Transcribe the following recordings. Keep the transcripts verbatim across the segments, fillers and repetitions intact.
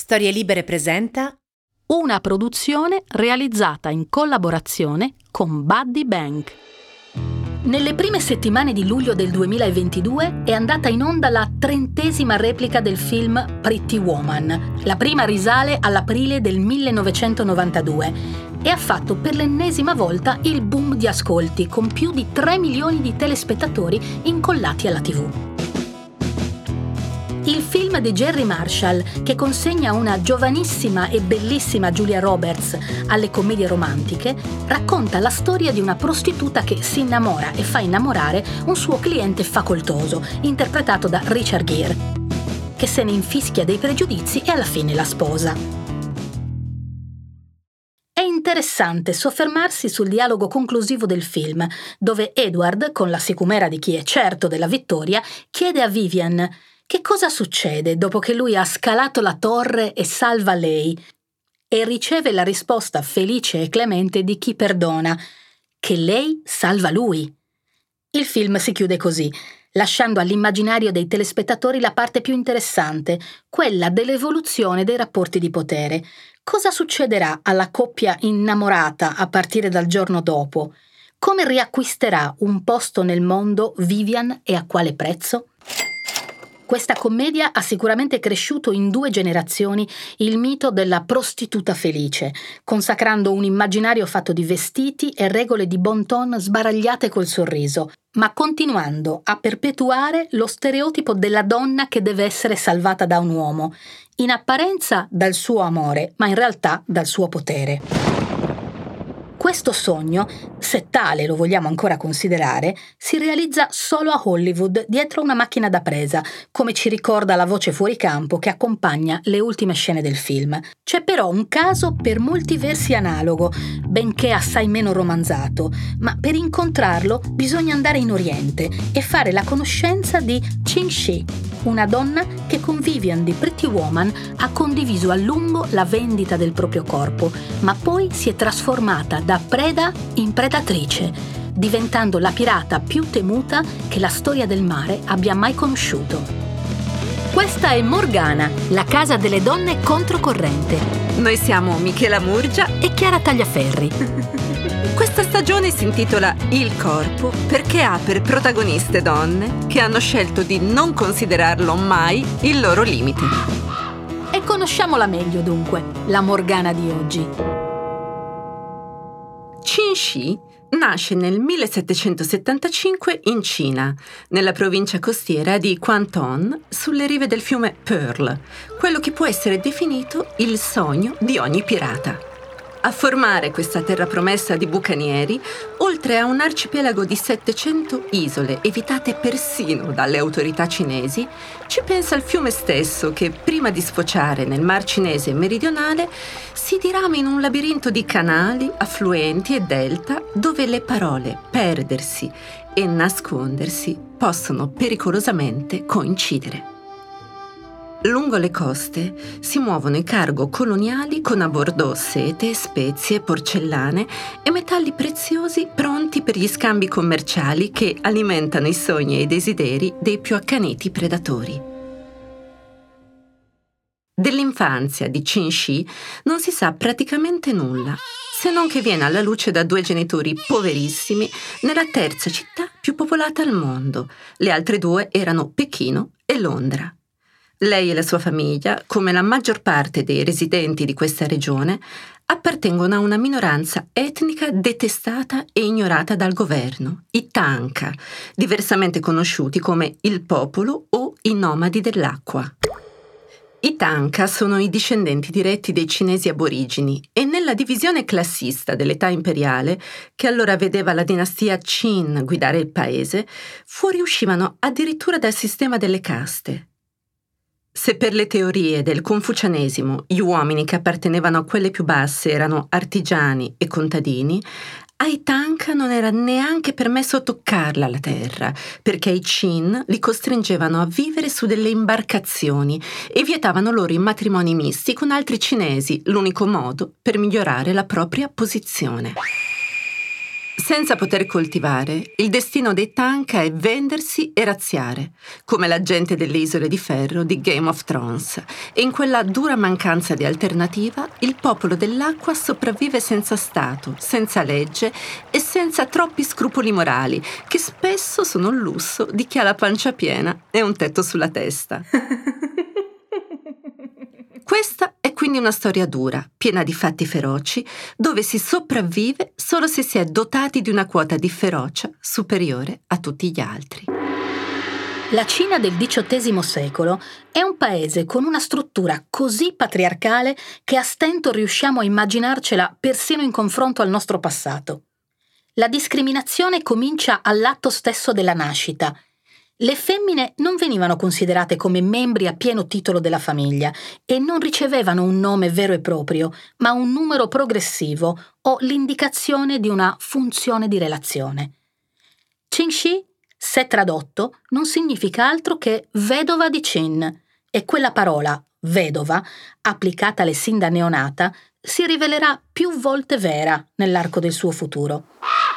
Storie Libere presenta una produzione realizzata in collaborazione con Buddy Bank. Nelle prime settimane di luglio del duemilaventidue è andata in onda la trentesima replica del film Pretty Woman. La prima risale all'aprile del millenovecentonovantadue e ha fatto per l'ennesima volta il boom di ascolti, con più di tre milioni di telespettatori incollati alla tivù. Il film di Jerry Marshall, che consegna una giovanissima e bellissima Julia Roberts alle commedie romantiche, racconta la storia di una prostituta che si innamora e fa innamorare un suo cliente facoltoso, interpretato da Richard Gere, che se ne infischia dei pregiudizi e alla fine la sposa. È interessante soffermarsi sul dialogo conclusivo del film, dove Edward, con la sicumera di chi è certo della vittoria, chiede a Vivian che cosa succede dopo che lui ha scalato la torre e salva lei, e riceve la risposta felice e clemente di chi perdona, che lei salva lui. Il film si chiude così, lasciando all'immaginario dei telespettatori la parte più interessante, quella dell'evoluzione dei rapporti di potere. Cosa succederà alla coppia innamorata a partire dal giorno dopo? Come riacquisterà un posto nel mondo Vivian e a quale prezzo? Questa commedia ha sicuramente cresciuto in due generazioni il mito della prostituta felice, consacrando un immaginario fatto di vestiti e regole di bon ton sbaragliate col sorriso, ma continuando a perpetuare lo stereotipo della donna che deve essere salvata da un uomo, in apparenza dal suo amore, ma in realtà dal suo potere. Questo sogno, se tale lo vogliamo ancora considerare, si realizza solo a Hollywood, dietro una macchina da presa, come ci ricorda la voce fuori campo che accompagna le ultime scene del film. C'è però un caso per molti versi analogo, benché assai meno romanzato, ma per incontrarlo bisogna andare in Oriente e fare la conoscenza di Qin Shi, una donna che con Vivian di Pretty Woman ha condiviso a lungo la vendita del proprio corpo, ma poi si è trasformata da preda in predatrice, diventando la pirata più temuta che la storia del mare abbia mai conosciuto. Questa è Morgana, la casa delle donne controcorrente. Noi siamo Michela Murgia e Chiara Tagliaferri. Questa stagione si intitola Il corpo perché ha per protagoniste donne che hanno scelto di non considerarlo mai il loro limite. E conosciamola meglio dunque, la Morgana di oggi. Qin Shi nasce nel millesettecentosettantacinque in Cina, nella provincia costiera di Guangdong, sulle rive del fiume Pearl, quello che può essere definito il sogno di ogni pirata. A formare questa terra promessa di bucanieri, oltre a un arcipelago di settecento isole evitate persino dalle autorità cinesi, ci pensa il fiume stesso che, prima di sfociare nel Mar Cinese meridionale, si dirama in un labirinto di canali, affluenti e delta dove le parole perdersi e nascondersi possono pericolosamente coincidere. Lungo le coste si muovono i cargo coloniali con a bordo sete, spezie, porcellane e metalli preziosi pronti per gli scambi commerciali che alimentano i sogni e i desideri dei più accaniti predatori. Dell'infanzia di Qin Shi non si sa praticamente nulla, se non che viene alla luce da due genitori poverissimi nella terza città più popolata al mondo. Le altre due erano Pechino e Londra. Lei e la sua famiglia, come la maggior parte dei residenti di questa regione, appartengono a una minoranza etnica detestata e ignorata dal governo, i Tanka, diversamente conosciuti come il popolo o i nomadi dell'acqua. I Tanka sono i discendenti diretti dei cinesi aborigini e nella divisione classista dell'età imperiale, che allora vedeva la dinastia Qin guidare il paese, fuoriuscivano addirittura dal sistema delle caste. Se per le teorie del confucianesimo gli uomini che appartenevano a quelle più basse erano artigiani e contadini, ai Tanka non era neanche permesso toccarla la terra, perché i Qin li costringevano a vivere su delle imbarcazioni e vietavano loro i matrimoni misti con altri cinesi, l'unico modo per migliorare la propria posizione. Senza poter coltivare, il destino dei Tanka è vendersi e razziare, come la gente delle Isole di Ferro di Game of Thrones. E in quella dura mancanza di alternativa, il popolo dell'acqua sopravvive senza Stato, senza legge e senza troppi scrupoli morali, che spesso sono un lusso di chi ha la pancia piena e un tetto sulla testa. Questa è quindi una storia dura, piena di fatti feroci, dove si sopravvive solo se si è dotati di una quota di ferocia superiore a tutti gli altri. La Cina del diciottesimo secolo è un paese con una struttura così patriarcale che a stento riusciamo a immaginarcela persino in confronto al nostro passato. La discriminazione comincia all'atto stesso della nascita. Le femmine non venivano considerate come membri a pieno titolo della famiglia e non ricevevano un nome vero e proprio, ma un numero progressivo o l'indicazione di una funzione di relazione. Qinxi, se tradotto, non significa altro che vedova di Qin, e quella parola, vedova, applicata alle sin da neonata, si rivelerà più volte vera nell'arco del suo futuro.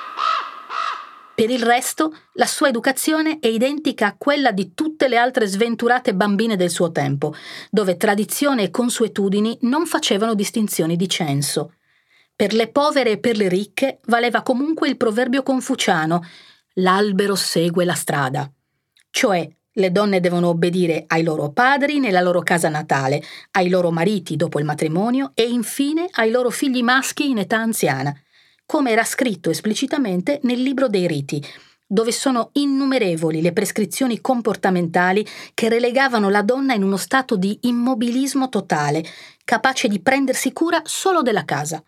Per il resto, la sua educazione è identica a quella di tutte le altre sventurate bambine del suo tempo, dove tradizione e consuetudini non facevano distinzioni di censo. Per le povere e per le ricche valeva comunque il proverbio confuciano: l'albero segue la strada. Cioè, le donne devono obbedire ai loro padri nella loro casa natale, ai loro mariti dopo il matrimonio e infine ai loro figli maschi in età anziana, come era scritto esplicitamente nel libro dei riti, dove sono innumerevoli le prescrizioni comportamentali che relegavano la donna in uno stato di immobilismo totale, capace di prendersi cura solo della casa.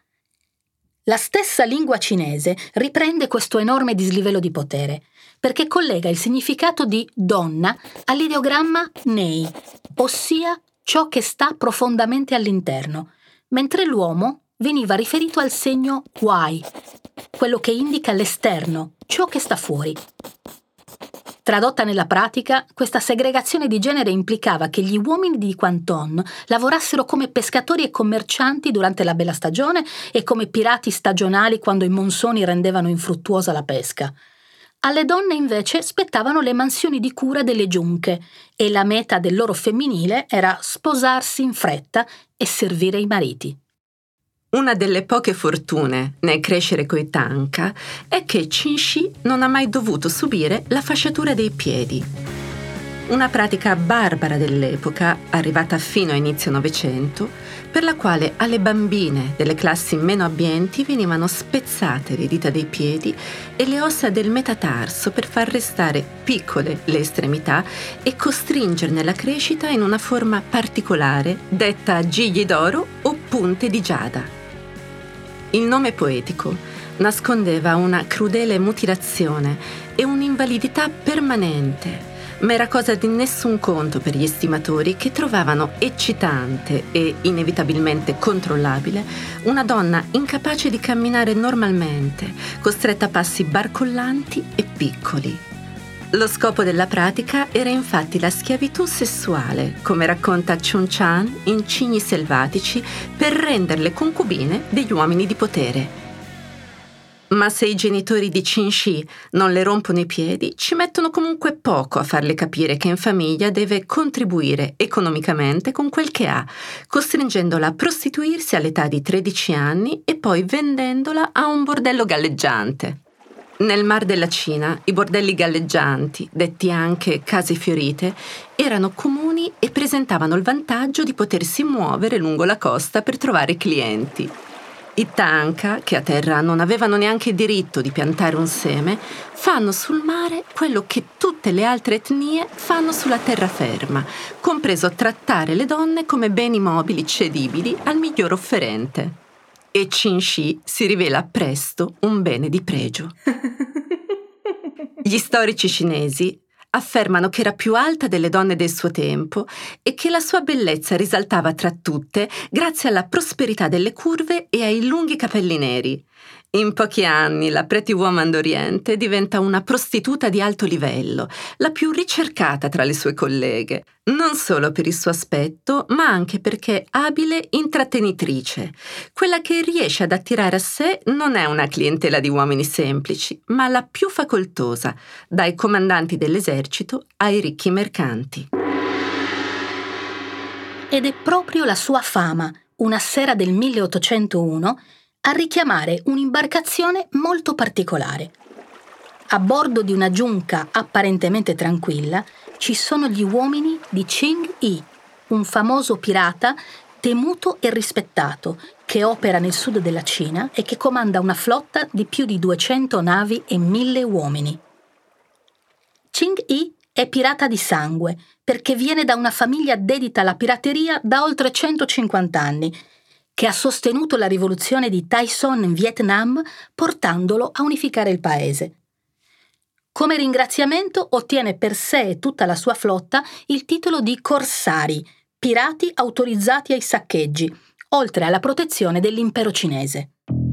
La stessa lingua cinese riprende questo enorme dislivello di potere, perché collega il significato di donna all'ideogramma nei, ossia ciò che sta profondamente all'interno, mentre l'uomo veniva riferito al segno Wai, quello che indica l'esterno, ciò che sta fuori. Tradotta nella pratica, questa segregazione di genere implicava che gli uomini di Canton lavorassero come pescatori e commercianti durante la bella stagione e come pirati stagionali quando i monsoni rendevano infruttuosa la pesca. Alle donne invece spettavano le mansioni di cura delle giunche e la meta del loro femminile era sposarsi in fretta e servire i mariti. Una delle poche fortune nel crescere coi Tanka è che Qinxi non ha mai dovuto subire la fasciatura dei piedi. Una pratica barbara dell'epoca, arrivata fino a inizio Novecento, per la quale alle bambine delle classi meno abbienti venivano spezzate le dita dei piedi e le ossa del metatarso per far restare piccole le estremità e costringerne la crescita in una forma particolare detta gigli d'oro o punte di giada. Il nome poetico nascondeva una crudele mutilazione e un'invalidità permanente, ma era cosa di nessun conto per gli estimatori che trovavano eccitante e inevitabilmente controllabile una donna incapace di camminare normalmente, costretta a passi barcollanti e piccoli. Lo scopo della pratica era infatti la schiavitù sessuale, come racconta Chun Chan in Cigni selvatici, per renderle concubine degli uomini di potere. Ma se i genitori di Qinxi non le rompono i piedi, ci mettono comunque poco a farle capire che in famiglia deve contribuire economicamente con quel che ha, costringendola a prostituirsi all'età di tredici anni e poi vendendola a un bordello galleggiante. Nel Mar della Cina, i bordelli galleggianti, detti anche case fiorite, erano comuni e presentavano il vantaggio di potersi muovere lungo la costa per trovare clienti. I Tanka, che a terra non avevano neanche diritto di piantare un seme, fanno sul mare quello che tutte le altre etnie fanno sulla terraferma, compreso trattare le donne come beni mobili cedibili al miglior offerente. E Qinxi si rivela presto un bene di pregio. Gli storici cinesi affermano che era più alta delle donne del suo tempo e che la sua bellezza risaltava tra tutte grazie alla prosperità delle curve e ai lunghi capelli neri. In pochi anni la Pretty Woman d'Oriente diventa una prostituta di alto livello, la più ricercata tra le sue colleghe, non solo per il suo aspetto, ma anche perché è abile intrattenitrice. Quella che riesce ad attirare a sé non è una clientela di uomini semplici, ma la più facoltosa, dai comandanti dell'esercito ai ricchi mercanti. Ed è proprio la sua fama, una sera del milleottocentouno, a richiamare un'imbarcazione molto particolare. A bordo di una giunca apparentemente tranquilla ci sono gli uomini di Ching Yi, un famoso pirata temuto e rispettato che opera nel sud della Cina e che comanda una flotta di più di duecento navi e mille uomini. Ching Yi è pirata di sangue perché viene da una famiglia dedita alla pirateria da oltre centocinquanta anni, che ha sostenuto la rivoluzione di Tay Son in Vietnam portandolo a unificare il paese. Come ringraziamento ottiene per sé e tutta la sua flotta il titolo di corsari, pirati autorizzati ai saccheggi, oltre alla protezione dell'impero cinese.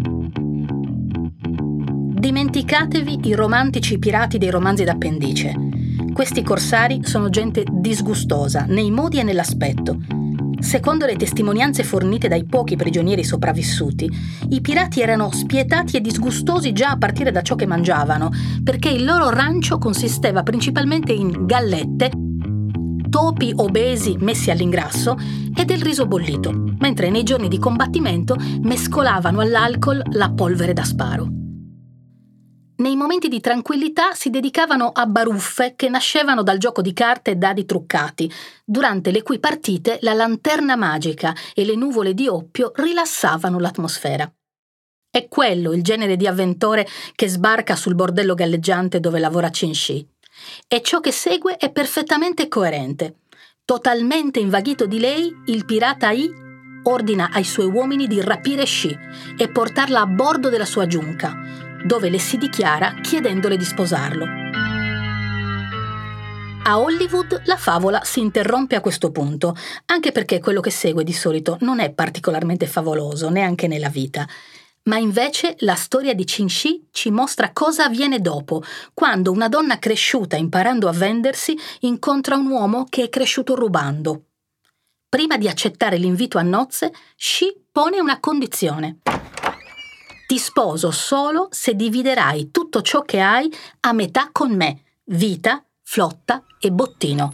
Dimenticatevi i romantici pirati dei romanzi d'appendice. Questi corsari sono gente disgustosa nei modi e nell'aspetto. Secondo le testimonianze fornite dai pochi prigionieri sopravvissuti, i pirati erano spietati e disgustosi già a partire da ciò che mangiavano, perché il loro rancio consisteva principalmente in gallette, topi obesi messi all'ingrasso e del riso bollito, mentre nei giorni di combattimento mescolavano all'alcol la polvere da sparo. Nei momenti di tranquillità si dedicavano a baruffe che nascevano dal gioco di carte e dadi truccati, durante le cui partite la lanterna magica e le nuvole di oppio rilassavano l'atmosfera. È quello il genere di avventore che sbarca sul bordello galleggiante dove lavora Chin Shi. E ciò che segue è perfettamente coerente. Totalmente invaghito di lei, il pirata Yi ordina ai suoi uomini di rapire Shi e portarla a bordo della sua giunca, dove le si dichiara chiedendole di sposarlo. A Hollywood la favola si interrompe a questo punto, anche perché quello che segue di solito non è particolarmente favoloso, neanche nella vita. Ma invece la storia di Chin Shi ci mostra cosa avviene dopo, quando una donna cresciuta imparando a vendersi incontra un uomo che è cresciuto rubando. Prima di accettare l'invito a nozze, Shi pone una condizione. Ti sposo solo se dividerai tutto ciò che hai a metà con me, vita, flotta e bottino.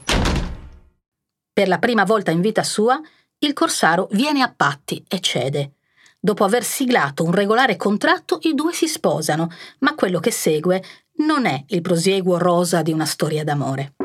Per la prima volta in vita sua, il corsaro viene a patti e cede. Dopo aver siglato un regolare contratto, i due si sposano, ma quello che segue non è il prosieguo rosa di una storia d'amore.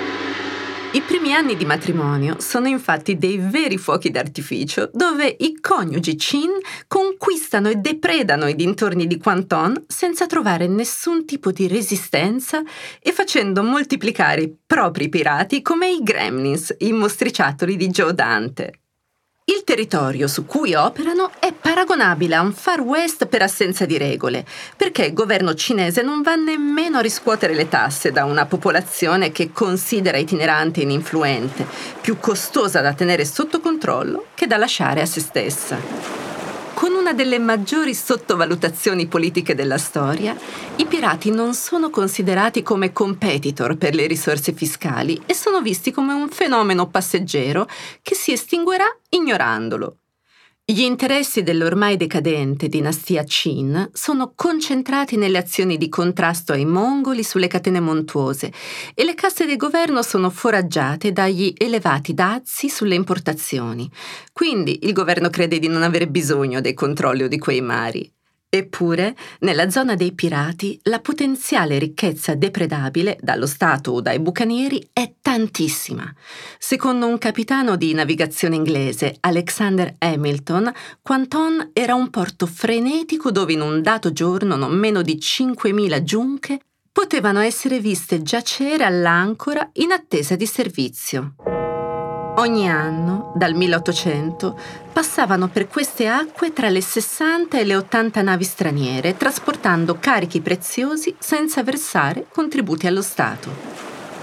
I primi anni di matrimonio sono infatti dei veri fuochi d'artificio dove i coniugi Chin conquistano e depredano i dintorni di Kwanton senza trovare nessun tipo di resistenza e facendo moltiplicare i propri pirati come i Gremlins, i mostriciattoli di Joe Dante. Il territorio su cui operano è paragonabile a un Far West per assenza di regole, perché il governo cinese non va nemmeno a riscuotere le tasse da una popolazione che considera itinerante e ininfluente, più costosa da tenere sotto controllo che da lasciare a se stessa. Con una delle maggiori sottovalutazioni politiche della storia, i pirati non sono considerati come competitor per le risorse fiscali e sono visti come un fenomeno passeggero che si estinguerà ignorandolo. Gli interessi dell'ormai decadente dinastia Qin sono concentrati nelle azioni di contrasto ai mongoli sulle catene montuose e le casse del governo sono foraggiate dagli elevati dazi sulle importazioni. Quindi il governo crede di non avere bisogno dei controlli o di quei mari. Eppure, nella zona dei pirati, la potenziale ricchezza depredabile dallo Stato o dai bucanieri è tantissima. Secondo un capitano di navigazione inglese, Alexander Hamilton, Kwanton era un porto frenetico dove in un dato giorno non meno di cinquemila giunche potevano essere viste giacere all'ancora in attesa di servizio. Ogni anno, dal milleottocento, passavano per queste acque tra le sessanta e le ottanta navi straniere, trasportando carichi preziosi senza versare contributi allo Stato.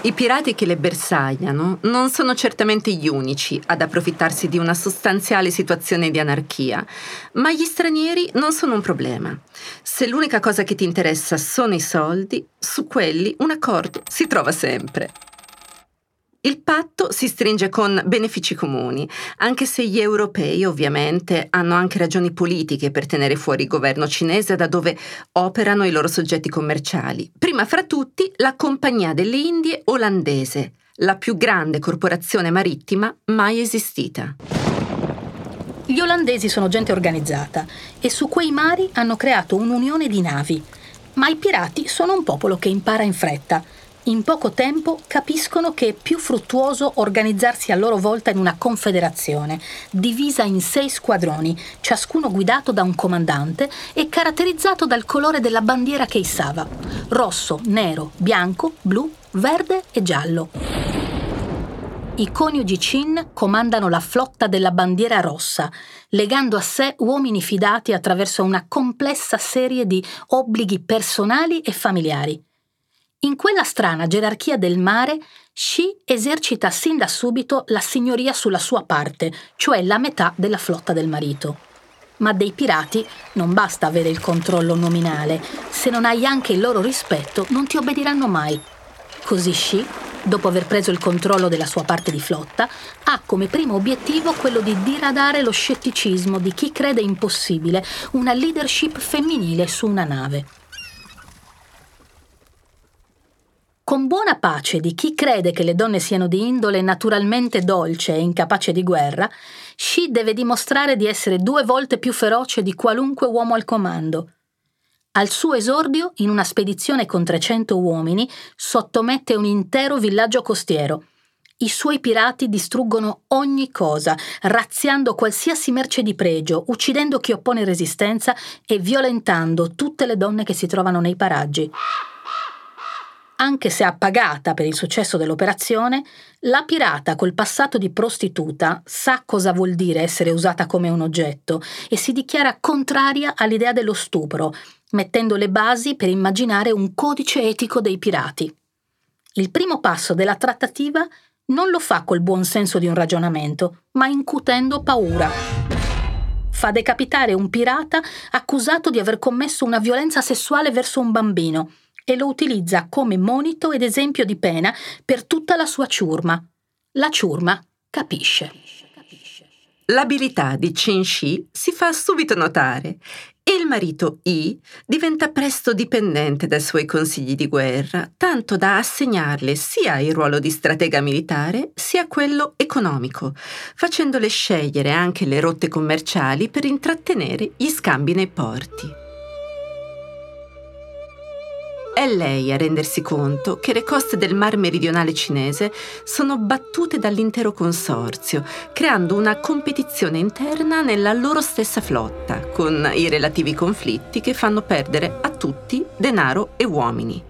I pirati che le bersagliano non sono certamente gli unici ad approfittarsi di una sostanziale situazione di anarchia, ma gli stranieri non sono un problema. Se l'unica cosa che ti interessa sono i soldi, su quelli un accordo si trova sempre. Il patto si stringe con benefici comuni, anche se gli europei ovviamente hanno anche ragioni politiche per tenere fuori il governo cinese da dove operano i loro soggetti commerciali. Prima fra tutti la Compagnia delle Indie olandese, la più grande corporazione marittima mai esistita. Gli olandesi sono gente organizzata e su quei mari hanno creato un'unione di navi, ma i pirati sono un popolo che impara in fretta. In poco tempo capiscono che è più fruttuoso organizzarsi a loro volta in una confederazione, divisa in sei squadroni, ciascuno guidato da un comandante e caratterizzato dal colore della bandiera che issava: rosso, nero, bianco, blu, verde e giallo. I coniugi Chin comandano la flotta della bandiera rossa, legando a sé uomini fidati attraverso una complessa serie di obblighi personali e familiari. In quella strana gerarchia del mare, Shi esercita sin da subito la signoria sulla sua parte, cioè la metà della flotta del marito. Ma dei pirati non basta avere il controllo nominale, se non hai anche il loro rispetto non ti obbediranno mai. Così Shi, dopo aver preso il controllo della sua parte di flotta, ha come primo obiettivo quello di diradare lo scetticismo di chi crede impossibile una leadership femminile su una nave. Con buona pace di chi crede che le donne siano di indole naturalmente dolce e incapace di guerra, Shi deve dimostrare di essere due volte più feroce di qualunque uomo al comando. Al suo esordio, in una spedizione con trecento uomini, sottomette un intero villaggio costiero. I suoi pirati distruggono ogni cosa, razziando qualsiasi merce di pregio, uccidendo chi oppone resistenza e violentando tutte le donne che si trovano nei paraggi. Anche se appagata per il successo dell'operazione, la pirata col passato di prostituta sa cosa vuol dire essere usata come un oggetto e si dichiara contraria all'idea dello stupro, mettendo le basi per immaginare un codice etico dei pirati. Il primo passo della trattativa non lo fa col buon senso di un ragionamento, ma incutendo paura. Fa decapitare un pirata accusato di aver commesso una violenza sessuale verso un bambino e lo utilizza come monito ed esempio di pena per tutta la sua ciurma. La ciurma capisce. L'abilità di Chin Shi si fa subito notare e il marito Yi diventa presto dipendente dai suoi consigli di guerra, tanto da assegnarle sia il ruolo di stratega militare sia quello economico, facendole scegliere anche le rotte commerciali per intrattenere gli scambi nei porti. È lei a rendersi conto che le coste del Mar Meridionale cinese sono battute dall'intero consorzio, creando una competizione interna nella loro stessa flotta, con i relativi conflitti che fanno perdere a tutti denaro e uomini.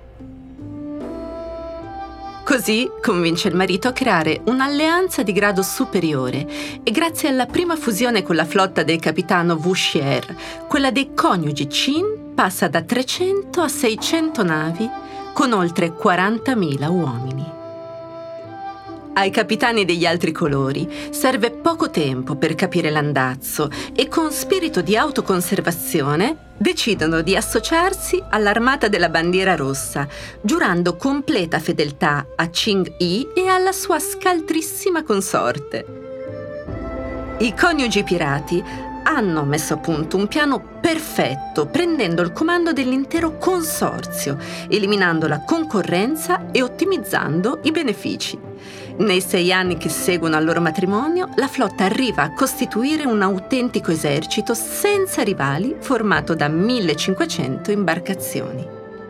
Così convince il marito a creare un'alleanza di grado superiore e grazie alla prima fusione con la flotta del capitano Wu Xier, quella dei coniugi Qin passa da trecento a seicento navi con oltre quarantamila uomini. Ai capitani degli altri colori serve poco tempo per capire l'andazzo e con spirito di autoconservazione decidono di associarsi all'armata della bandiera rossa, giurando completa fedeltà a Ching Yi e alla sua scaltrissima consorte. I coniugi pirati hanno messo a punto un piano perfetto, prendendo il comando dell'intero consorzio, eliminando la concorrenza e ottimizzando i benefici. Nei sei anni che seguono al loro matrimonio, la flotta arriva a costituire un autentico esercito senza rivali, formato da millecinquecento imbarcazioni.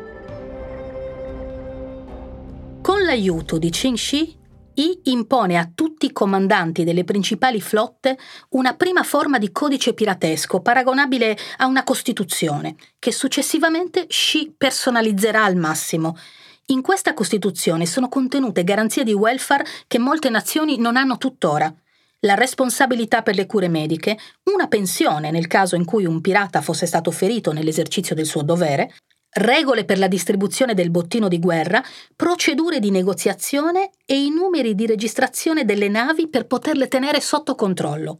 Con l'aiuto di Chin Shi, Yi impone a tutti i comandanti delle principali flotte una prima forma di codice piratesco paragonabile a una costituzione, che successivamente Shi personalizzerà al massimo. In questa Costituzione sono contenute garanzie di welfare che molte nazioni non hanno tuttora. La responsabilità per le cure mediche, una pensione nel caso in cui un pirata fosse stato ferito nell'esercizio del suo dovere, regole per la distribuzione del bottino di guerra, procedure di negoziazione e i numeri di registrazione delle navi per poterle tenere sotto controllo.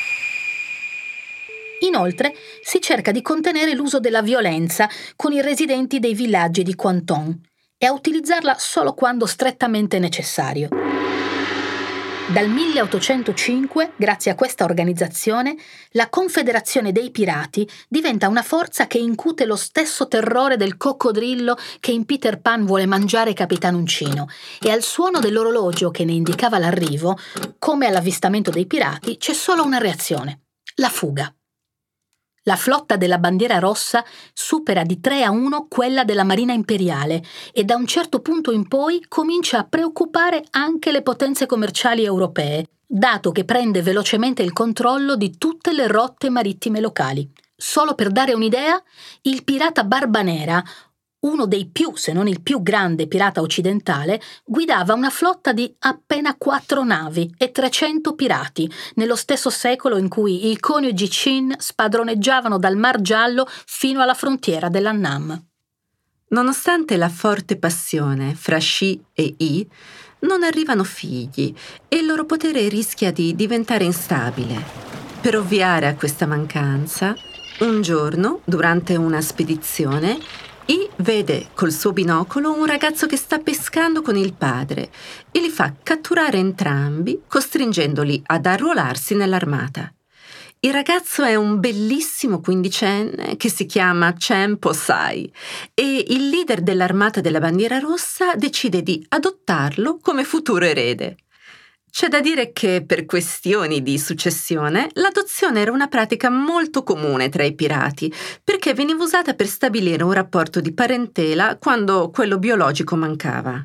Inoltre, si cerca di contenere l'uso della violenza con i residenti dei villaggi di Kwanton e a utilizzarla solo quando strettamente necessario. Dal milleottocentocinque, grazie a questa organizzazione, la Confederazione dei Pirati diventa una forza che incute lo stesso terrore del coccodrillo che in Peter Pan vuole mangiare Capitan Uncino, e al suono dell'orologio che ne indicava l'arrivo, come all'avvistamento dei pirati, c'è solo una reazione: la fuga. La flotta della Bandiera Rossa supera di tre a uno quella della Marina Imperiale e da un certo punto in poi comincia a preoccupare anche le potenze commerciali europee, dato che prende velocemente il controllo di tutte le rotte marittime locali. Solo per dare un'idea, il pirata Barbanera, uno dei più, se non il più grande pirata occidentale, guidava una flotta di appena quattro navi e trecento pirati, nello stesso secolo in cui i coniugi Qin spadroneggiavano dal Mar Giallo fino alla frontiera dell'Annam. Nonostante la forte passione fra Xi e Yi, non arrivano figli e il loro potere rischia di diventare instabile. Per ovviare a questa mancanza, un giorno, durante una spedizione, Yi vede col suo binocolo un ragazzo che sta pescando con il padre e li fa catturare entrambi, costringendoli ad arruolarsi nell'armata. Il ragazzo è un bellissimo quindicenne che si chiama Chen Po-sai e il leader dell'armata della Bandiera Rossa decide di adottarlo come futuro erede. C'è da dire che per questioni di successione l'adozione era una pratica molto comune tra i pirati, perché veniva usata per stabilire un rapporto di parentela quando quello biologico mancava.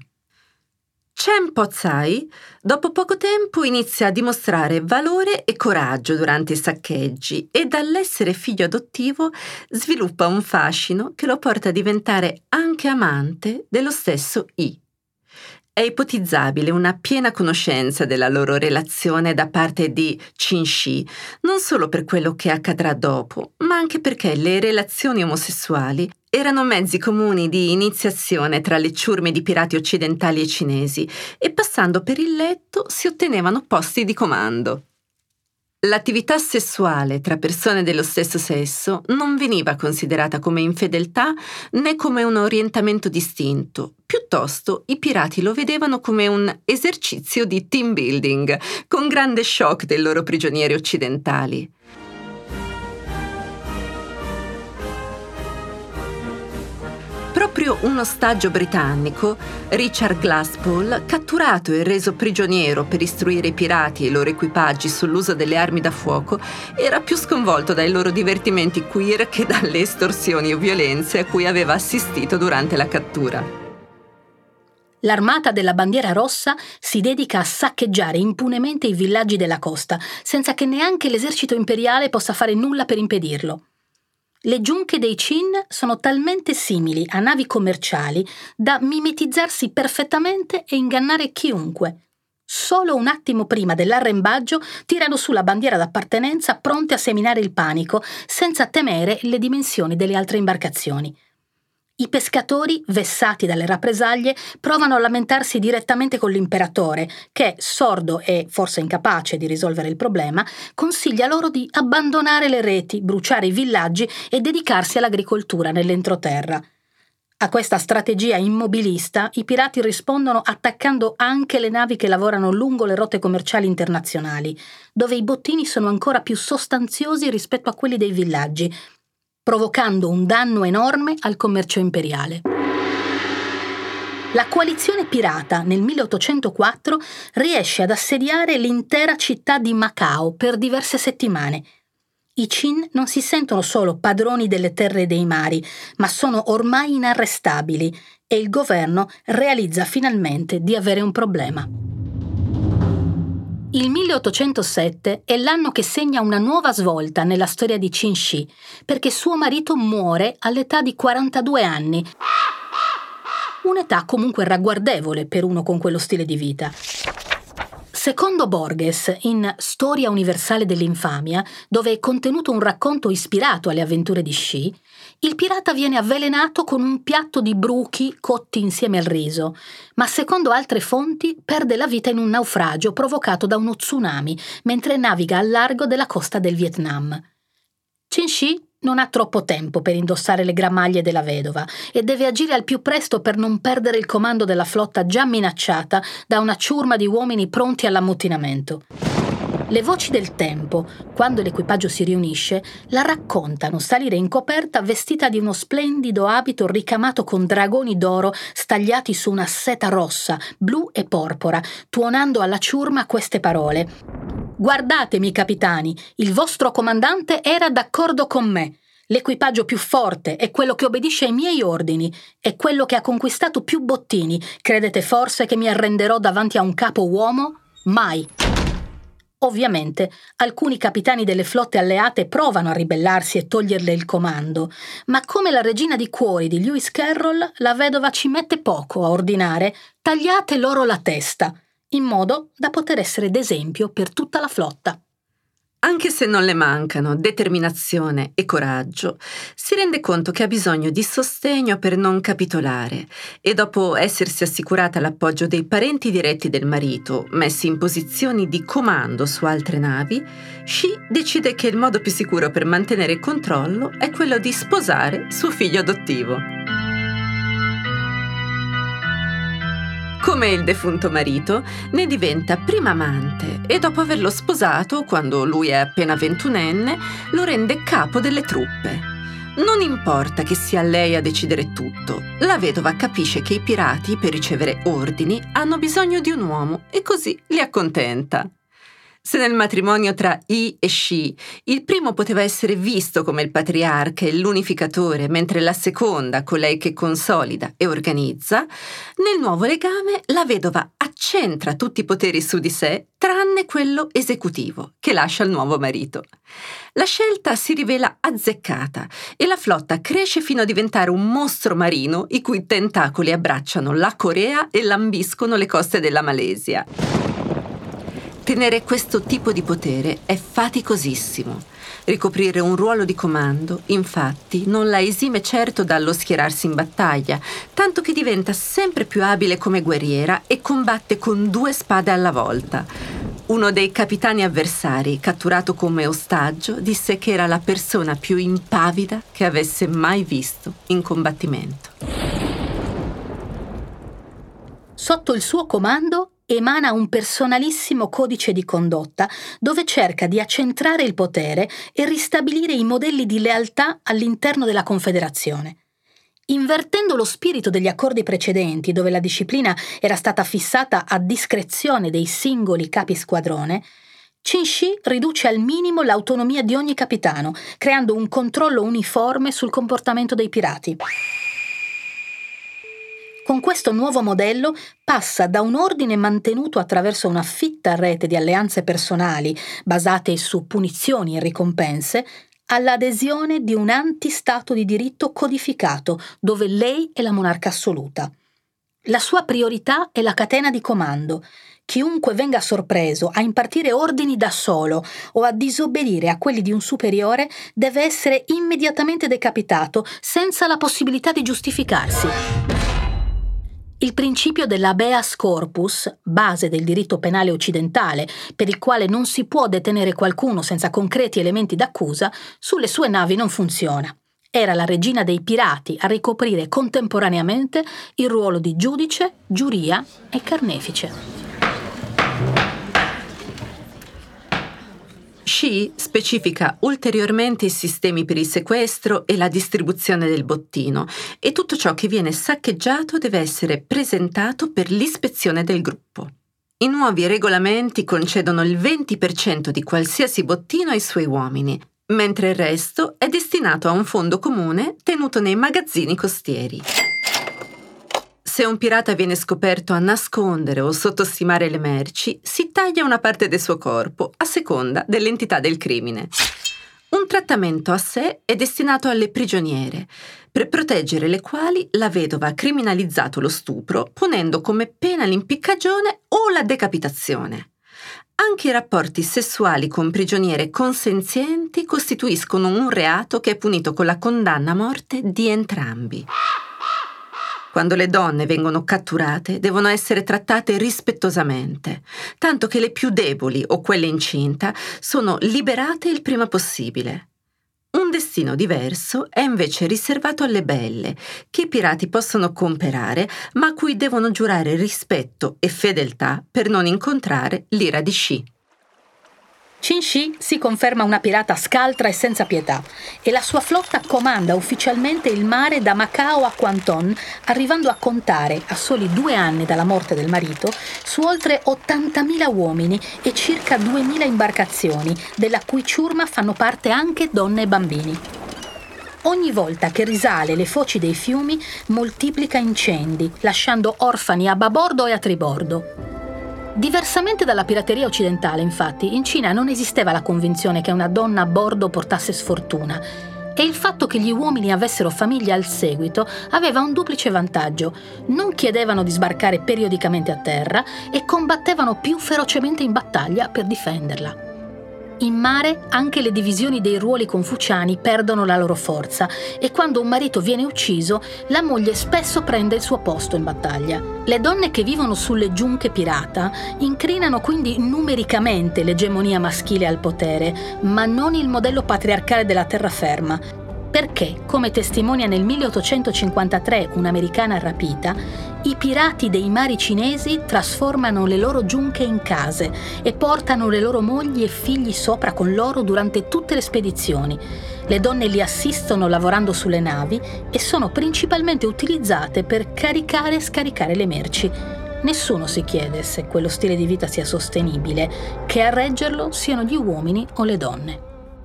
Chen Po-sai, dopo poco tempo, inizia a dimostrare valore e coraggio durante i saccheggi e dall'essere figlio adottivo sviluppa un fascino che lo porta a diventare anche amante dello stesso Yi. È ipotizzabile una piena conoscenza della loro relazione da parte di Qin Shi, non solo per quello che accadrà dopo, ma anche perché le relazioni omosessuali erano mezzi comuni di iniziazione tra le ciurme di pirati occidentali e cinesi e passando per il letto si ottenevano posti di comando. L'attività sessuale tra persone dello stesso sesso non veniva considerata come infedeltà né come un orientamento distinto. Piuttosto, i pirati lo vedevano come un esercizio di team building, con grande shock dei loro prigionieri occidentali. Proprio un ostaggio britannico, Richard Glasspool, catturato e reso prigioniero per istruire i pirati e i loro equipaggi sull'uso delle armi da fuoco, era più sconvolto dai loro divertimenti queer che dalle estorsioni o violenze a cui aveva assistito durante la cattura. L'armata della Bandiera Rossa si dedica a saccheggiare impunemente i villaggi della costa, senza che neanche l'esercito imperiale possa fare nulla per impedirlo. Le giunche dei Qin sono talmente simili a navi commerciali da mimetizzarsi perfettamente e ingannare chiunque. Solo un attimo prima dell'arrembaggio tirano su la bandiera d'appartenenza pronte a seminare il panico, senza temere le dimensioni delle altre imbarcazioni. I pescatori, vessati dalle rappresaglie, provano a lamentarsi direttamente con l'imperatore, che, sordo e forse incapace di risolvere il problema, consiglia loro di abbandonare le reti, bruciare i villaggi e dedicarsi all'agricoltura nell'entroterra. A questa strategia immobilista, i pirati rispondono attaccando anche le navi che lavorano lungo le rotte commerciali internazionali, dove i bottini sono ancora più sostanziosi rispetto a quelli dei villaggi, provocando un danno enorme al commercio imperiale. La coalizione pirata nel milleottocentoquattro riesce ad assediare l'intera città di Macao per diverse settimane. I Qin non si sentono solo padroni delle terre e dei mari, ma sono ormai inarrestabili e il governo realizza finalmente di avere un problema. Il milleottocentosette è l'anno che segna una nuova svolta nella storia di Qin Shi, perché suo marito muore all'età di quarantadue anni. Un'età comunque ragguardevole per uno con quello stile di vita. Secondo Borges, in Storia universale dell'infamia, dove è contenuto un racconto ispirato alle avventure di Shi, il pirata viene avvelenato con un piatto di bruchi cotti insieme al riso, ma secondo altre fonti perde la vita in un naufragio provocato da uno tsunami mentre naviga al largo della costa del Vietnam. Chin Shi non ha troppo tempo per indossare le gramaglie della vedova e deve agire al più presto per non perdere il comando della flotta già minacciata da una ciurma di uomini pronti all'ammutinamento. Le voci del tempo, quando l'equipaggio si riunisce, la raccontano salire in coperta vestita di uno splendido abito ricamato con dragoni d'oro stagliati su una seta rossa, blu e porpora, tuonando alla ciurma queste parole: «Guardatemi, capitani, il vostro comandante era d'accordo con me. L'equipaggio più forte è quello che obbedisce ai miei ordini, è quello che ha conquistato più bottini. Credete forse che mi arrenderò davanti a un capo uomo? Mai!» Ovviamente, alcuni capitani delle flotte alleate provano a ribellarsi e toglierle il comando, ma come la regina di cuori di Lewis Carroll, la vedova ci mette poco a ordinare: tagliate loro la testa, in modo da poter essere d'esempio per tutta la flotta. Anche se non le mancano determinazione e coraggio, si rende conto che ha bisogno di sostegno per non capitolare e dopo essersi assicurata l'appoggio dei parenti diretti del marito, messi in posizioni di comando su altre navi, Shi decide che il modo più sicuro per mantenere il controllo è quello di sposare suo figlio adottivo. Come il defunto marito, ne diventa prima amante e dopo averlo sposato, quando lui è appena ventunenne, lo rende capo delle truppe. Non importa che sia lei a decidere tutto, la vedova capisce che i pirati, per ricevere ordini, hanno bisogno di un uomo e così li accontenta. Se nel matrimonio tra Yi e Shi il primo poteva essere visto come il patriarca e l'unificatore, mentre la seconda colei che consolida e organizza, nel nuovo legame la vedova accentra tutti i poteri su di sé, tranne quello esecutivo, che lascia al nuovo marito. La scelta si rivela azzeccata e la flotta cresce fino a diventare un mostro marino i cui tentacoli abbracciano la Corea e lambiscono le coste della Malesia. Tenere questo tipo di potere è faticosissimo. Ricoprire un ruolo di comando, infatti, non la esime certo dallo schierarsi in battaglia, tanto che diventa sempre più abile come guerriera e combatte con due spade alla volta. Uno dei capitani avversari, catturato come ostaggio, disse che era la persona più impavida che avesse mai visto in combattimento. Sotto il suo comando emana un personalissimo codice di condotta dove cerca di accentrare il potere e ristabilire i modelli di lealtà all'interno della Confederazione. Invertendo lo spirito degli accordi precedenti, dove la disciplina era stata fissata a discrezione dei singoli capi squadrone, Chin Shi riduce al minimo l'autonomia di ogni capitano, creando un controllo uniforme sul comportamento dei pirati. Con questo nuovo modello passa da un ordine mantenuto attraverso una fitta rete di alleanze personali basate su punizioni e ricompense all'adesione di un antistato di diritto codificato dove lei è la monarca assoluta. La sua priorità è la catena di comando. Chiunque venga sorpreso a impartire ordini da solo o a disobbedire a quelli di un superiore deve essere immediatamente decapitato senza la possibilità di giustificarsi. Il principio dell'habeas corpus, base del diritto penale occidentale, per il quale non si può detenere qualcuno senza concreti elementi d'accusa, sulle sue navi non funziona. Era la regina dei pirati a ricoprire contemporaneamente il ruolo di giudice, giuria e carnefice. Shi specifica ulteriormente i sistemi per il sequestro e la distribuzione del bottino e tutto ciò che viene saccheggiato deve essere presentato per l'ispezione del gruppo. I nuovi regolamenti concedono il venti per cento di qualsiasi bottino ai suoi uomini, mentre il resto è destinato a un fondo comune tenuto nei magazzini costieri. Se un pirata viene scoperto a nascondere o sottostimare le merci, si taglia una parte del suo corpo a seconda dell'entità del crimine. Un trattamento a sé è destinato alle prigioniere, per proteggere le quali la vedova ha criminalizzato lo stupro, ponendo come pena l'impiccagione o la decapitazione. Anche i rapporti sessuali con prigioniere consenzienti costituiscono un reato che è punito con la condanna a morte di entrambi. Quando le donne vengono catturate, devono essere trattate rispettosamente, tanto che le più deboli o quelle incinta sono liberate il prima possibile. Un destino diverso è invece riservato alle belle, che i pirati possono comperare, ma a cui devono giurare rispetto e fedeltà per non incontrare l'ira di Shi. Qin Shi si conferma una pirata scaltra e senza pietà e la sua flotta comanda ufficialmente il mare da Macao a Canton, arrivando a contare, a soli due anni dalla morte del marito, su oltre ottantamila uomini e circa duemila imbarcazioni, della cui ciurma fanno parte anche donne e bambini. Ogni volta che risale le foci dei fiumi, moltiplica incendi, lasciando orfani a babordo e a tribordo. Diversamente dalla pirateria occidentale, infatti, in Cina non esisteva la convinzione che una donna a bordo portasse sfortuna, e il fatto che gli uomini avessero famiglia al seguito aveva un duplice vantaggio: non chiedevano di sbarcare periodicamente a terra e combattevano più ferocemente in battaglia per difenderla. In mare anche le divisioni dei ruoli confuciani perdono la loro forza e quando un marito viene ucciso, la moglie spesso prende il suo posto in battaglia. Le donne che vivono sulle giunche pirata incrinano quindi numericamente l'egemonia maschile al potere, ma non il modello patriarcale della terraferma, perché, come testimonia nel milleottocentocinquantatré un'americana rapita, i pirati dei mari cinesi trasformano le loro giunche in case e portano le loro mogli e figli sopra con loro durante tutte le spedizioni. Le donne li assistono lavorando sulle navi e sono principalmente utilizzate per caricare e scaricare le merci. Nessuno si chiede se quello stile di vita sia sostenibile, che a reggerlo siano gli uomini o le donne.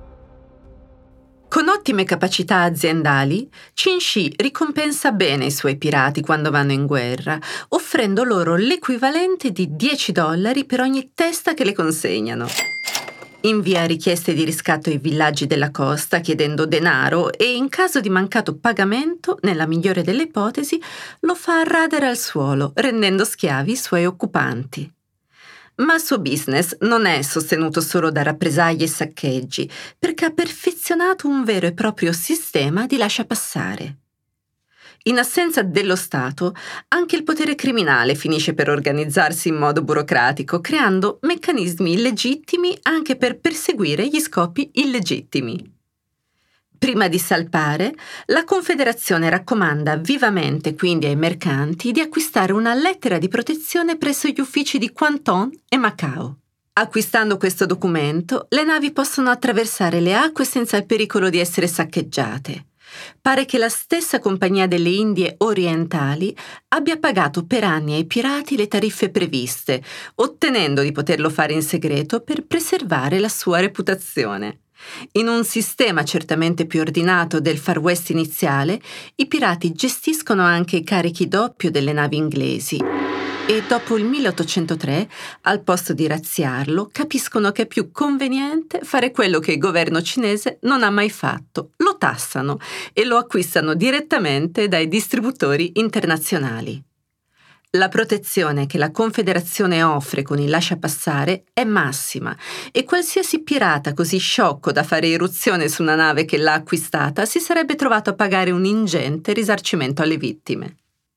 Con ottime capacità aziendali, Qin Shi ricompensa bene i suoi pirati quando vanno in guerra, offrendo loro l'equivalente di dieci dollari per ogni testa che le consegnano. Invia richieste di riscatto ai villaggi della costa chiedendo denaro e, in caso di mancato pagamento, nella migliore delle ipotesi, lo fa radere al suolo, rendendo schiavi i suoi occupanti. Ma il suo business non è sostenuto solo da rappresaglie e saccheggi, perché ha perfezionato un vero e proprio sistema di lasciapassare. In assenza dello Stato, anche il potere criminale finisce per organizzarsi in modo burocratico, creando meccanismi illegittimi anche per perseguire gli scopi illegittimi. Prima di salpare, la Confederazione raccomanda vivamente quindi ai mercanti di acquistare una lettera di protezione presso gli uffici di Canton e Macao. Acquistando questo documento, le navi possono attraversare le acque senza il pericolo di essere saccheggiate. Pare che la stessa Compagnia delle Indie Orientali abbia pagato per anni ai pirati le tariffe previste, ottenendo di poterlo fare in segreto per preservare la sua reputazione. In un sistema certamente più ordinato del Far West iniziale, i pirati gestiscono anche i carichi doppio delle navi inglesi e dopo il milleottocentotre, al posto di razziarlo, capiscono che è più conveniente fare quello che il governo cinese non ha mai fatto: lo tassano e lo acquistano direttamente dai distributori internazionali. La protezione che la Confederazione offre con il lasciapassare è massima e qualsiasi pirata così sciocco da fare irruzione su una nave che l'ha acquistata si sarebbe trovato a pagare un ingente risarcimento alle vittime.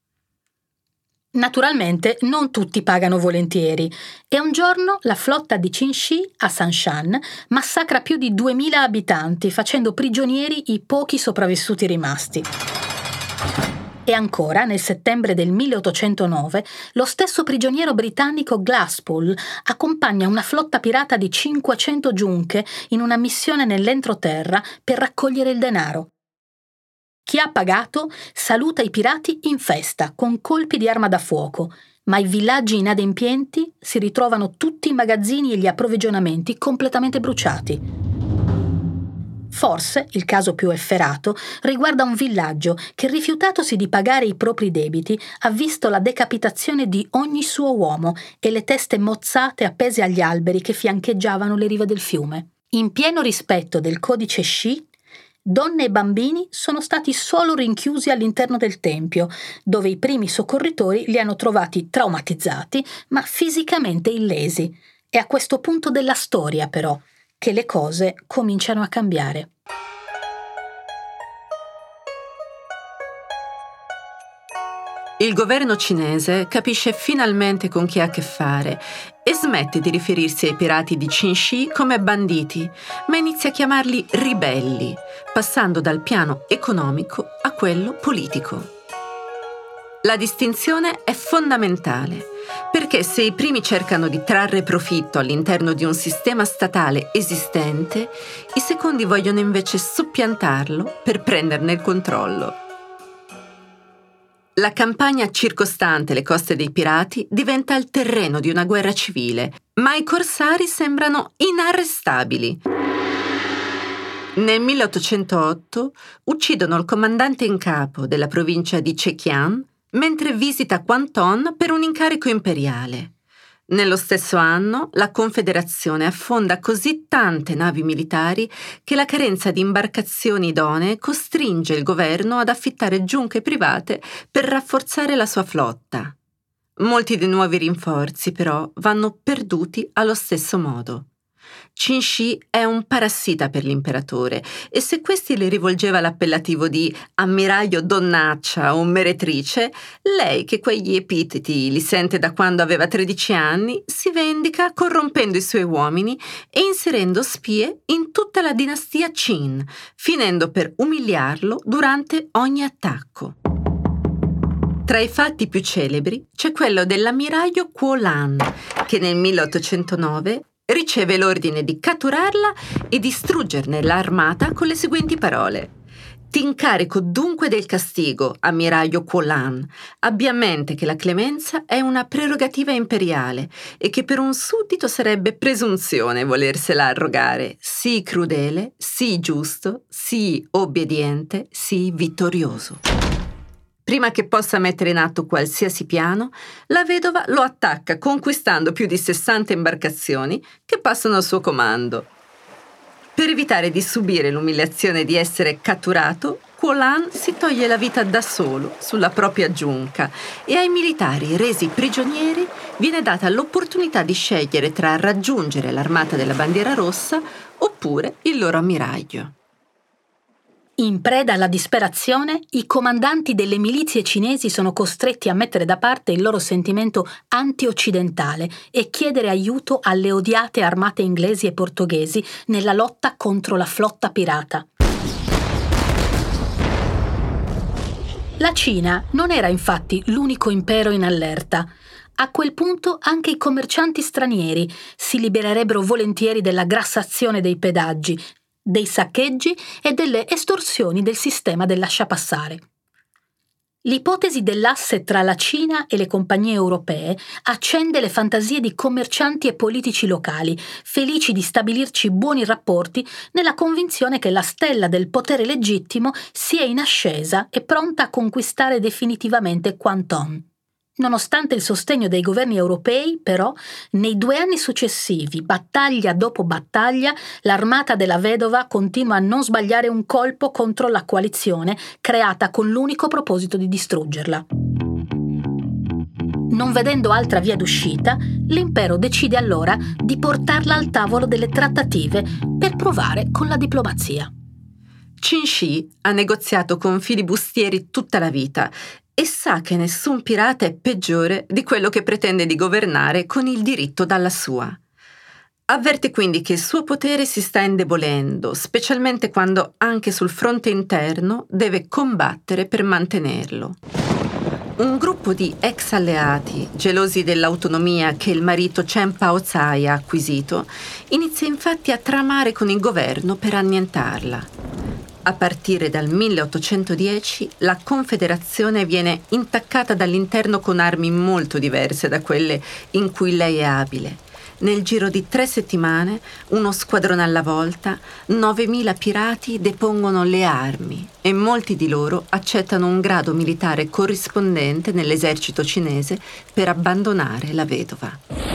Naturalmente non tutti pagano volentieri e un giorno la flotta di Qin Shi a Sanshan massacra più di duemila abitanti facendo prigionieri i pochi sopravvissuti rimasti. E ancora, nel settembre del milleottocentonove, lo stesso prigioniero britannico Glasspool accompagna una flotta pirata di cinquecento giunche in una missione nell'entroterra per raccogliere il denaro. Chi ha pagato saluta i pirati in festa con colpi di arma da fuoco, ma i villaggi inadempienti si ritrovano tutti i magazzini e gli approvvigionamenti completamente bruciati. Forse il caso più efferato riguarda un villaggio che, rifiutatosi di pagare i propri debiti, ha visto la decapitazione di ogni suo uomo e le teste mozzate appese agli alberi che fiancheggiavano le rive del fiume. In pieno rispetto del codice Shi, donne e bambini sono stati solo rinchiusi all'interno del tempio, dove i primi soccorritori li hanno trovati traumatizzati ma fisicamente illesi, È a questo punto della storia, però, che le cose cominciano a cambiare. Il governo cinese capisce finalmente con chi ha a che fare e smette di riferirsi ai pirati di Qinshi come banditi, ma inizia a chiamarli ribelli, passando dal piano economico a quello politico. La distinzione è fondamentale, perché se i primi cercano di trarre profitto all'interno di un sistema statale esistente, i secondi vogliono invece soppiantarlo per prenderne il controllo. La campagna circostante le coste dei pirati diventa il terreno di una guerra civile, ma i corsari sembrano inarrestabili. Nel milleottocentootto uccidono il comandante in capo della provincia di Zhejiang mentre visita Guangdong per un incarico imperiale. Nello stesso anno, la Confederazione affonda così tante navi militari che la carenza di imbarcazioni idonee costringe il governo ad affittare giunche private per rafforzare la sua flotta. Molti dei nuovi rinforzi, però, vanno perduti allo stesso modo. Qinshi è un parassita per l'imperatore e se questi le rivolgeva l'appellativo di ammiraglio donnaccia o meretrice, lei, che quegli epiteti li sente da quando aveva tredici anni, si vendica corrompendo i suoi uomini e inserendo spie in tutta la dinastia Qin, finendo per umiliarlo durante ogni attacco. Tra i fatti più celebri c'è quello dell'ammiraglio Quo Lan, che nel milleottocentonove riceve l'ordine di catturarla e distruggerne l'armata con le seguenti parole: «Ti incarico dunque del castigo, ammiraglio Quo Lan. Abbia a mente che la clemenza è una prerogativa imperiale e che per un suddito sarebbe presunzione volersela arrogare. Sii crudele, sii giusto, sii obbediente, sii vittorioso». Prima che possa mettere in atto qualsiasi piano, la vedova lo attacca conquistando più di sessanta imbarcazioni che passano al suo comando. Per evitare di subire l'umiliazione di essere catturato, Quo Lan si toglie la vita da solo sulla propria giunca e ai militari resi prigionieri viene data l'opportunità di scegliere tra raggiungere l'armata della bandiera rossa oppure il loro ammiraglio. In preda alla disperazione, i comandanti delle milizie cinesi sono costretti a mettere da parte il loro sentimento anti-occidentale e chiedere aiuto alle odiate armate inglesi e portoghesi nella lotta contro la flotta pirata. La Cina non era infatti l'unico impero in allerta. A quel punto anche i commercianti stranieri si libererebbero volentieri della grassazione dei pedaggi, dei saccheggi e delle estorsioni del sistema del lasciapassare. L'ipotesi dell'asse tra la Cina e le compagnie europee accende le fantasie di commercianti e politici locali, felici di stabilirci buoni rapporti nella convinzione che la stella del potere legittimo sia in ascesa e pronta a conquistare definitivamente Guangdong. Nonostante il sostegno dei governi europei, però, nei due anni successivi, battaglia dopo battaglia, l'armata della vedova continua a non sbagliare un colpo contro la coalizione creata con l'unico proposito di distruggerla. Non vedendo altra via d'uscita, l'impero decide allora di portarla al tavolo delle trattative per provare con la diplomazia. Qinshi ha negoziato con filibustieri tutta la vita e sa che nessun pirata è peggiore di quello che pretende di governare con il diritto dalla sua. Avverte quindi che il suo potere si sta indebolendo, specialmente quando anche sul fronte interno deve combattere per mantenerlo. Un gruppo di ex alleati, gelosi dell'autonomia che il marito Chen Pao-zai ha acquisito, inizia infatti a tramare con il governo per annientarla. A partire dal milleottocentodieci la Confederazione viene intaccata dall'interno con armi molto diverse da quelle in cui lei è abile. Nel giro di tre settimane, uno squadrone alla volta, novemila pirati depongono le armi e molti di loro accettano un grado militare corrispondente nell'esercito cinese per abbandonare la vedova.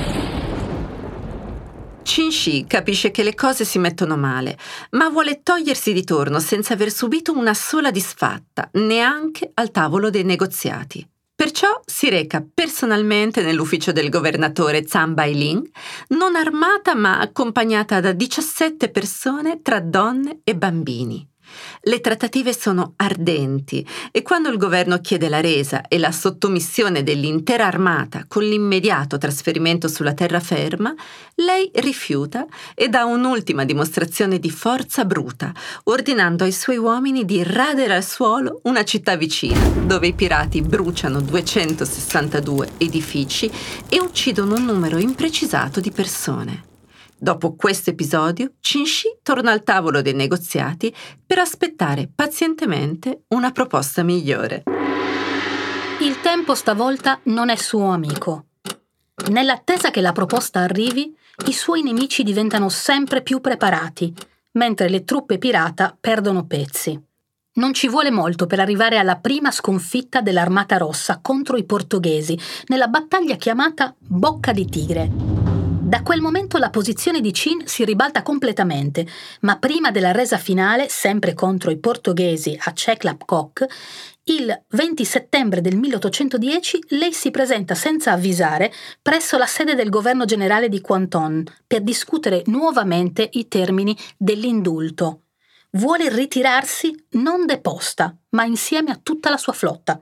Qinshi capisce che le cose si mettono male, ma vuole togliersi di torno senza aver subito una sola disfatta, neanche al tavolo dei negoziati. Perciò si reca personalmente nell'ufficio del governatore Zhang Bailing, non armata ma accompagnata da diciassette persone tra donne e bambini. Le trattative sono ardenti e quando il governo chiede la resa e la sottomissione dell'intera armata con l'immediato trasferimento sulla terraferma, lei rifiuta e dà un'ultima dimostrazione di forza bruta, ordinando ai suoi uomini di radere al suolo una città vicina, dove i pirati bruciano duecentosessantadue edifici e uccidono un numero imprecisato di persone. Dopo questo episodio, Qin-shi torna al tavolo dei negoziati per aspettare pazientemente una proposta migliore. Il tempo stavolta non è suo amico. Nell'attesa che la proposta arrivi, i suoi nemici diventano sempre più preparati, mentre le truppe pirata perdono pezzi. Non ci vuole molto per arrivare alla prima sconfitta dell'Armata Rossa contro i portoghesi, nella battaglia chiamata Bocca di Tigre. Da quel momento la posizione di Qin si ribalta completamente, ma prima della resa finale, sempre contro i portoghesi a Chek-Lap-Kok, il venti settembre del milleottocentodieci lei si presenta senza avvisare presso la sede del governo generale di Kwanton per discutere nuovamente i termini dell'indulto. Vuole ritirarsi non deposta, ma insieme a tutta la sua flotta.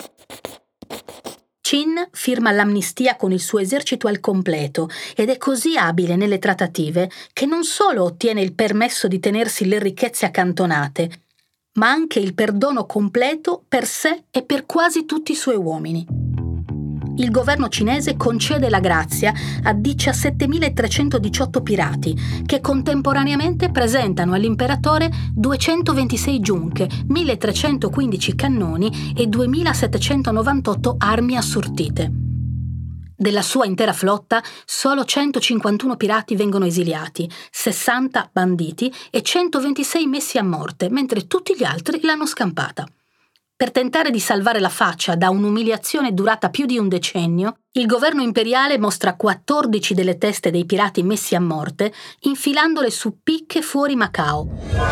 Qin firma l'amnistia con il suo esercito al completo ed è così abile nelle trattative che non solo ottiene il permesso di tenersi le ricchezze accantonate, ma anche il perdono completo per sé e per quasi tutti i suoi uomini. Il governo cinese concede la grazia a diciassettemilatrecentodiciotto pirati che contemporaneamente presentano all'imperatore duecentoventisei giunche, milletrecentoquindici cannoni e duemilasettecentonovantotto armi assortite. Della sua intera flotta, solo centocinquantuno pirati vengono esiliati, sessanta banditi e centoventisei messi a morte, mentre tutti gli altri l'hanno scampata. Per tentare di salvare la faccia da un'umiliazione durata più di un decennio, il governo imperiale mostra quattordici delle teste dei pirati messi a morte, infilandole su picche fuori Macao.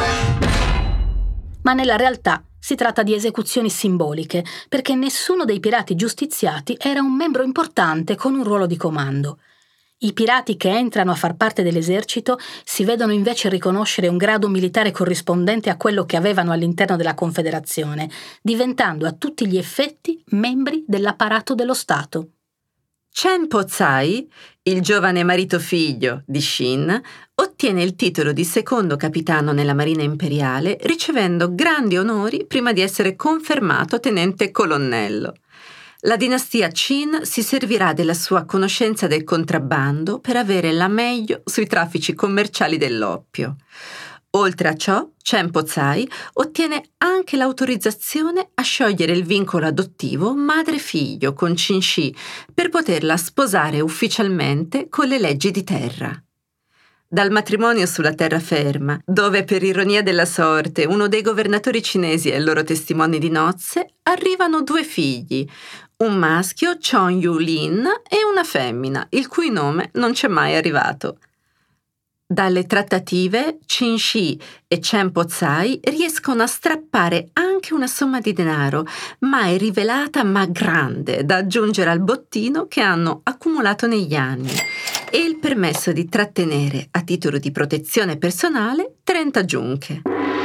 Ma nella realtà si tratta di esecuzioni simboliche, perché nessuno dei pirati giustiziati era un membro importante con un ruolo di comando. I pirati che entrano a far parte dell'esercito si vedono invece riconoscere un grado militare corrispondente a quello che avevano all'interno della Confederazione, diventando a tutti gli effetti membri dell'apparato dello Stato. Chen Po-zai, il giovane marito figlio di Qin, ottiene il titolo di secondo capitano nella Marina Imperiale, ricevendo grandi onori prima di essere confermato tenente colonnello. La dinastia Qin si servirà della sua conoscenza del contrabbando per avere la meglio sui traffici commerciali dell'oppio. Oltre a ciò, Chen Po-zai ottiene anche l'autorizzazione a sciogliere il vincolo adottivo madre-figlio con Qin-shi per poterla sposare ufficialmente con le leggi di terra. Dal matrimonio sulla terraferma, dove per ironia della sorte uno dei governatori cinesi è il loro testimone di nozze, arrivano due figli, un maschio, Chong Yu-lin, e una femmina, il cui nome non c'è mai arrivato. Dalle trattative, Qin-shi e Chen Po-zai riescono a strappare anche una somma di denaro, mai rivelata ma grande, da aggiungere al bottino che hanno accumulato negli anni, e il permesso di trattenere, a titolo di protezione personale, trenta giunche.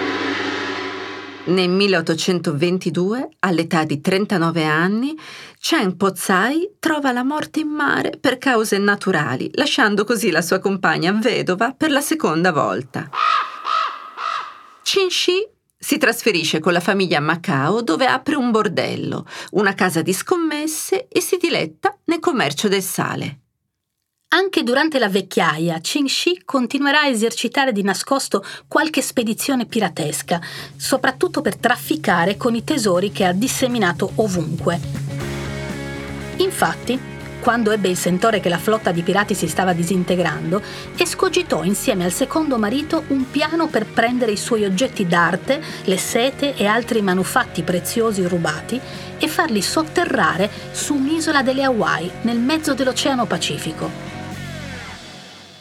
Nel milleottocentoventidue, all'età di trentanove anni, Chen Po-zai trova la morte in mare per cause naturali, lasciando così la sua compagna vedova per la seconda volta. Qin-shi si trasferisce con la famiglia a Macao, dove apre un bordello, una casa di scommesse e si diletta nel commercio del sale. Anche durante la vecchiaia, Qin-shi continuerà a esercitare di nascosto qualche spedizione piratesca, soprattutto per trafficare con i tesori che ha disseminato ovunque. Infatti, quando ebbe il sentore che la flotta di pirati si stava disintegrando, escogitò insieme al secondo marito un piano per prendere i suoi oggetti d'arte, le sete e altri manufatti preziosi rubati e farli sotterrare su un'isola delle Hawaii nel mezzo dell'Oceano Pacifico.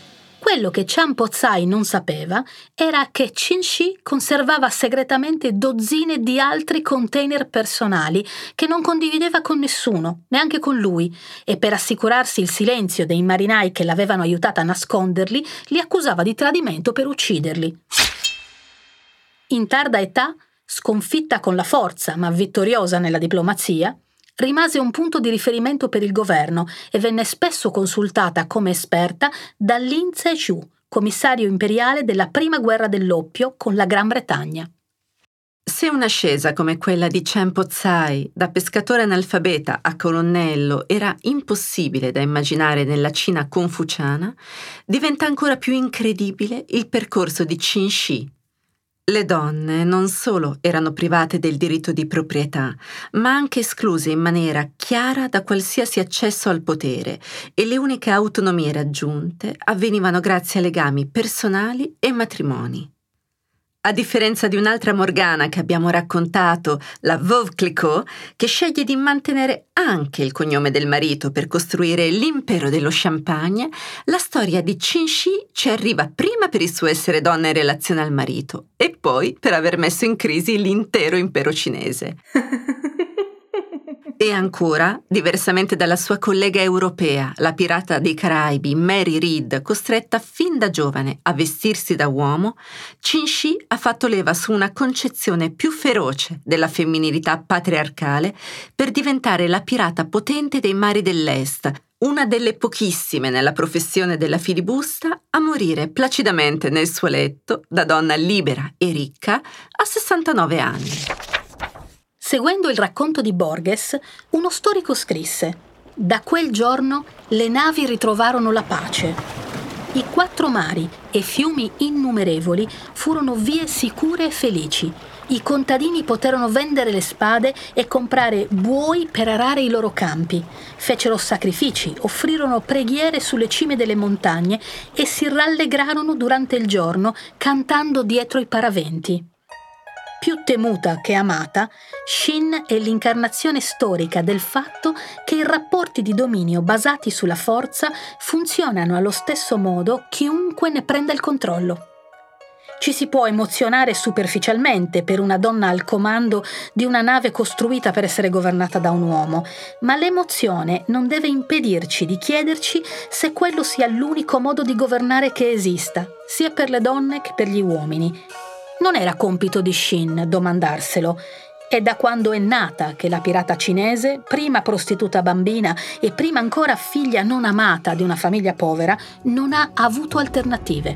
Quello che Chan Po-zai non sapeva era che Chin-shi conservava segretamente dozzine di altri container personali che non condivideva con nessuno, neanche con lui, e per assicurarsi il silenzio dei marinai che l'avevano aiutata a nasconderli, li accusava di tradimento per ucciderli. In tarda età, sconfitta con la forza ma vittoriosa nella diplomazia, rimase un punto di riferimento per il governo e venne spesso consultata come esperta da Lin Tse-ju, commissario imperiale della prima guerra dell'oppio con la Gran Bretagna. Se un'ascesa come quella di Chan Po-zai, da pescatore analfabeta a colonnello, era impossibile da immaginare nella Cina confuciana, diventa ancora più incredibile il percorso di Chin-shi. Le donne non solo erano private del diritto di proprietà, ma anche escluse in maniera chiara da qualsiasi accesso al potere, e le uniche autonomie raggiunte avvenivano grazie a legami personali e matrimoni. A differenza di un'altra Morgana che abbiamo raccontato, la Veuve Clicquot, che sceglie di mantenere anche il cognome del marito per costruire l'impero dello champagne, la storia di Chin-shi ci arriva prima per il suo essere donna in relazione al marito e poi per aver messo in crisi l'intero impero cinese. E ancora, diversamente dalla sua collega europea, la pirata dei Caraibi Mary Read, costretta fin da giovane a vestirsi da uomo, Chin-shi ha fatto leva su una concezione più feroce della femminilità patriarcale per diventare la pirata potente dei mari dell'Est, una delle pochissime nella professione della filibusta a morire placidamente nel suo letto, da donna libera e ricca, a sessantanove anni. Seguendo il racconto di Borges, uno storico scrisse: «Da quel giorno le navi ritrovarono la pace. I quattro mari e fiumi innumerevoli furono vie sicure e felici. I contadini poterono vendere le spade e comprare buoi per arare i loro campi. Fecero sacrifici, offrirono preghiere sulle cime delle montagne e si rallegrarono durante il giorno cantando dietro i paraventi». Più temuta che amata, Shin è l'incarnazione storica del fatto che i rapporti di dominio basati sulla forza funzionano allo stesso modo chiunque ne prenda il controllo. Ci si può emozionare superficialmente per una donna al comando di una nave costruita per essere governata da un uomo, ma l'emozione non deve impedirci di chiederci se quello sia l'unico modo di governare che esista, sia per le donne che per gli uomini. Non era compito di Shin domandarselo. È da quando è nata che la pirata cinese, prima prostituta bambina e prima ancora figlia non amata di una famiglia povera, non ha avuto alternative.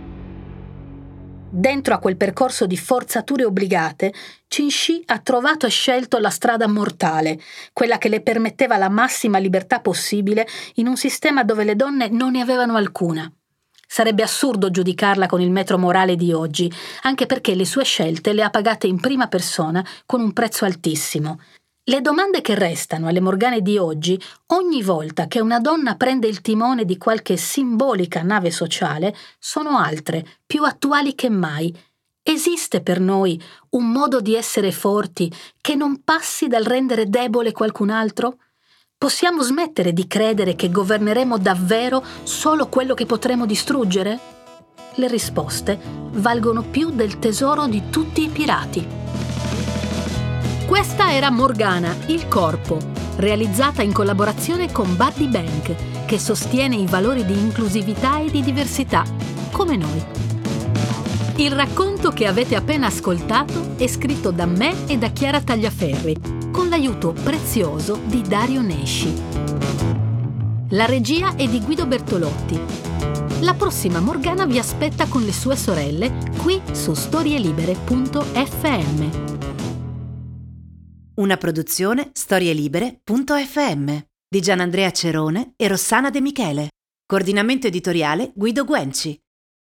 Dentro a quel percorso di forzature obbligate, Chin-shi ha trovato e scelto la strada mortale, quella che le permetteva la massima libertà possibile in un sistema dove le donne non ne avevano alcuna. Sarebbe assurdo giudicarla con il metro morale di oggi, anche perché le sue scelte le ha pagate in prima persona con un prezzo altissimo. Le domande che restano alle Morgane di oggi, ogni volta che una donna prende il timone di qualche simbolica nave sociale, sono altre, più attuali che mai. Esiste per noi un modo di essere forti che non passi dal rendere debole qualcun altro? Possiamo smettere di credere che governeremo davvero solo quello che potremo distruggere? Le risposte valgono più del tesoro di tutti i pirati. Questa era Morgana, il corpo, realizzata in collaborazione con Buddy Bank, che sostiene i valori di inclusività e di diversità, come noi. Il racconto che avete appena ascoltato è scritto da me e da Chiara Tagliaferri, con l'aiuto prezioso di Dario Nesci. La regia è di Guido Bertolotti. La prossima Morgana vi aspetta con le sue sorelle qui su storielibere punto effe emme. Una produzione storielibere punto effe emme di Gianandrea Cerone e Rossana De Michele. Coordinamento editoriale Guido Guenci.